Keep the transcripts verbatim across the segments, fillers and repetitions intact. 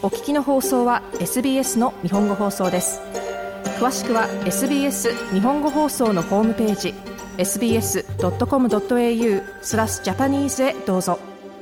お聞きの放送は エスビーエス の日本語放送です。詳しくは エスビーエス 日本語放送のホームページ エスビーエスドットコムドットエーユー スラスジャパニーズへどうぞ。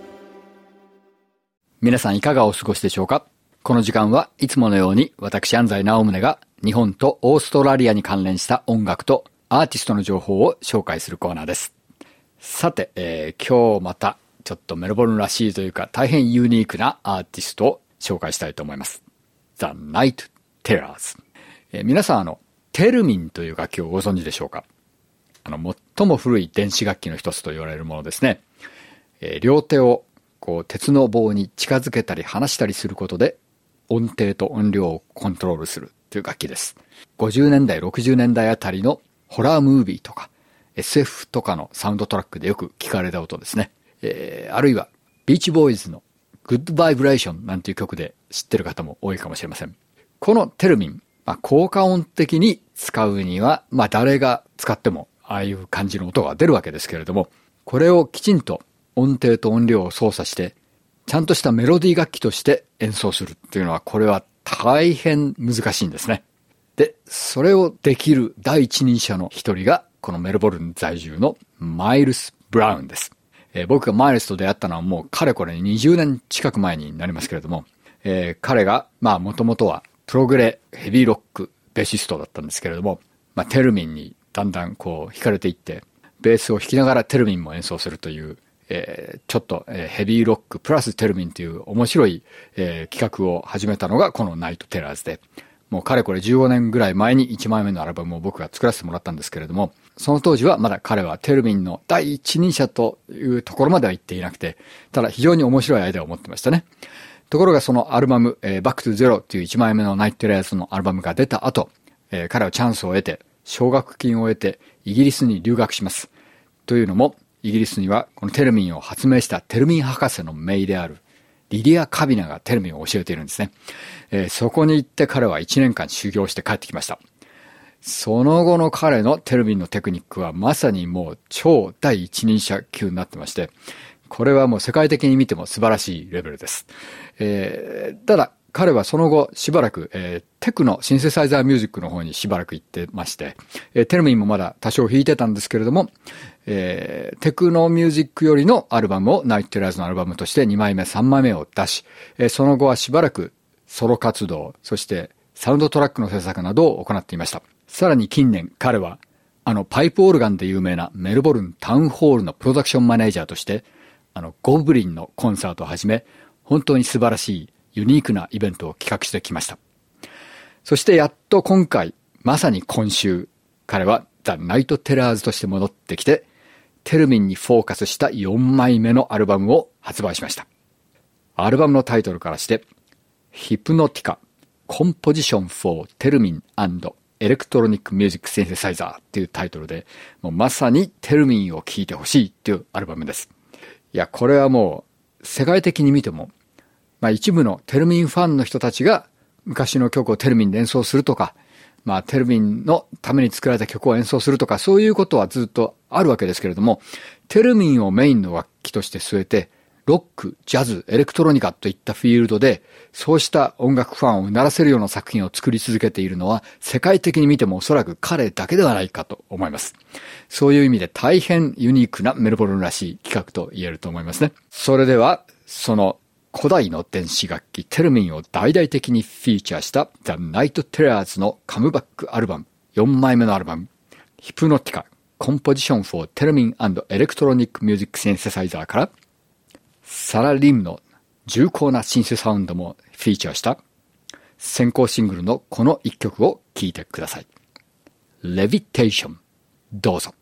皆さんいかがお過ごしでしょうか。この時間はいつものように私安西直宗が日本とオーストラリアに関連した音楽とアーティストの情報を紹介するコーナーです。さて、えー、今日またちょっとメルボルンらしいというか大変ユニークなアーティストを紹介したいと思います。The Night Terrors、えー、皆さんあのテルミンという楽器をご存知でしょうか。あの最も古い電子楽器の一つと言われるものですね。えー、両手をこう鉄の棒に近づけたり離したりすることで音程と音量をコントロールするという楽器です。ごじゅうねんだいろくじゅうねんだいあたりのホラームービーとか エスエフ とかのサウンドトラックでよく聞かれた音ですね。えー、あるいはビーチボーイズの Good Vibration なんていう曲で知ってる方も多いかもしれません。このテルミン、まあ、効果音的に使うには、まあ、誰が使ってもああいう感じの音が出るわけですけれども、これをきちんと音程と音量を操作してちゃんとしたメロディー楽器として演奏するっていうのは、これは大変難しいんですね。で、それをできる第一人者の一人がこのメルボルン在住のマイルス・ブラウンです。えー、僕がマイルスと出会ったのはもうかれこれにじゅうねん近く前になりますけれども、えー、彼がまあもともとはプログレヘビーロックベーシストだったんですけれども、まあテルミンにだんだんこう惹かれていってベースを弾きながらテルミンも演奏するという、えー、ちょっと、えー、ヘビーロックプラステルミンという面白い、えー、企画を始めたのがこのナイトテラーズで、もうかれこれじゅうごねんぐらい前にいちまいめのアルバムを僕が作らせてもらったんですけれども、その当時はまだ彼はテルミンの第一人者というところまでは行っていなくて、ただ非常に面白いアイデアを持ってましたね。ところがそのアルバム、えー、バックトゥゼロといういちまいめのナイトテラーズのアルバムが出た後、えー、彼はチャンスを得て奨学金を得てイギリスに留学します。というのもイギリスにはこのテルミンを発明したテルミン博士の姪であるリディア・カビナがテルミンを教えているんですね。えー、そこに行って彼はいちねんかん修行して帰ってきました。その後の彼のテルミンのテクニックはまさにもう超第一人者級になってまして、これはもう世界的に見ても素晴らしいレベルです。えー、ただ彼はその後しばらく、えー、テクのシンセサイザーミュージックの方にしばらく行ってまして、えー、テルミンもまだ多少弾いてたんですけれども、えー、テクノミュージックよりのアルバムをナイトテラーズのアルバムとしてにまいめさんまいめを出し、えー、その後はしばらくソロ活動、そしてサウンドトラックの制作などを行っていました。さらに近年彼はあのパイプオルガンで有名なメルボルンタウンホールのプロダクションマネージャーとしてあのゴブリンのコンサートをはじめ本当に素晴らしいユニークなイベントを企画してきました。そしてやっと今回、まさに今週、彼はザ・ナイト・テラーズとして戻ってきて、テルミンにフォーカスしたよんまいめのアルバムを発売しました。アルバムのタイトルからして、ヒプノティカ・コンポジション・フォー・テルミン&エレクトロニック・ミュージック・シンセサイザーっていうタイトルで、もうまさにテルミンを聴いてほしいっていうアルバムです。いや、これはもう世界的に見ても、まあ一部のテルミンファンの人たちが昔の曲をテルミンで演奏するとか、まあテルミンのために作られた曲を演奏するとか、そういうことはずっとあるわけですけれども、テルミンをメインの楽器として据えて、ロック、ジャズ、エレクトロニカといったフィールドで、そうした音楽ファンをうならせるような作品を作り続けているのは、世界的に見てもおそらく彼だけではないかと思います。そういう意味で大変ユニークなメルボルンらしい企画と言えると思いますね。それでは、その古代の電子楽器テルミンを大々的にフィーチャーした The Night Terrors のカムバックアルバム、よんまいめのアルバム、ヒプノティカ、コンポジション for テルミン&エレクトロニックミュージックシンセサイザーから、サラ・リムの重厚なシンセサウンドもフィーチャーした先行シングルのこの一曲を聴いてください。Levitation、どうぞ。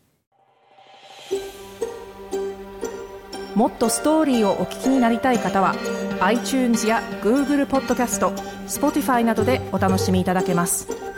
もっとストーリーをお聞きになりたい方は iTunes や Google ポッドキャスト、Spotify などでお楽しみいただけます。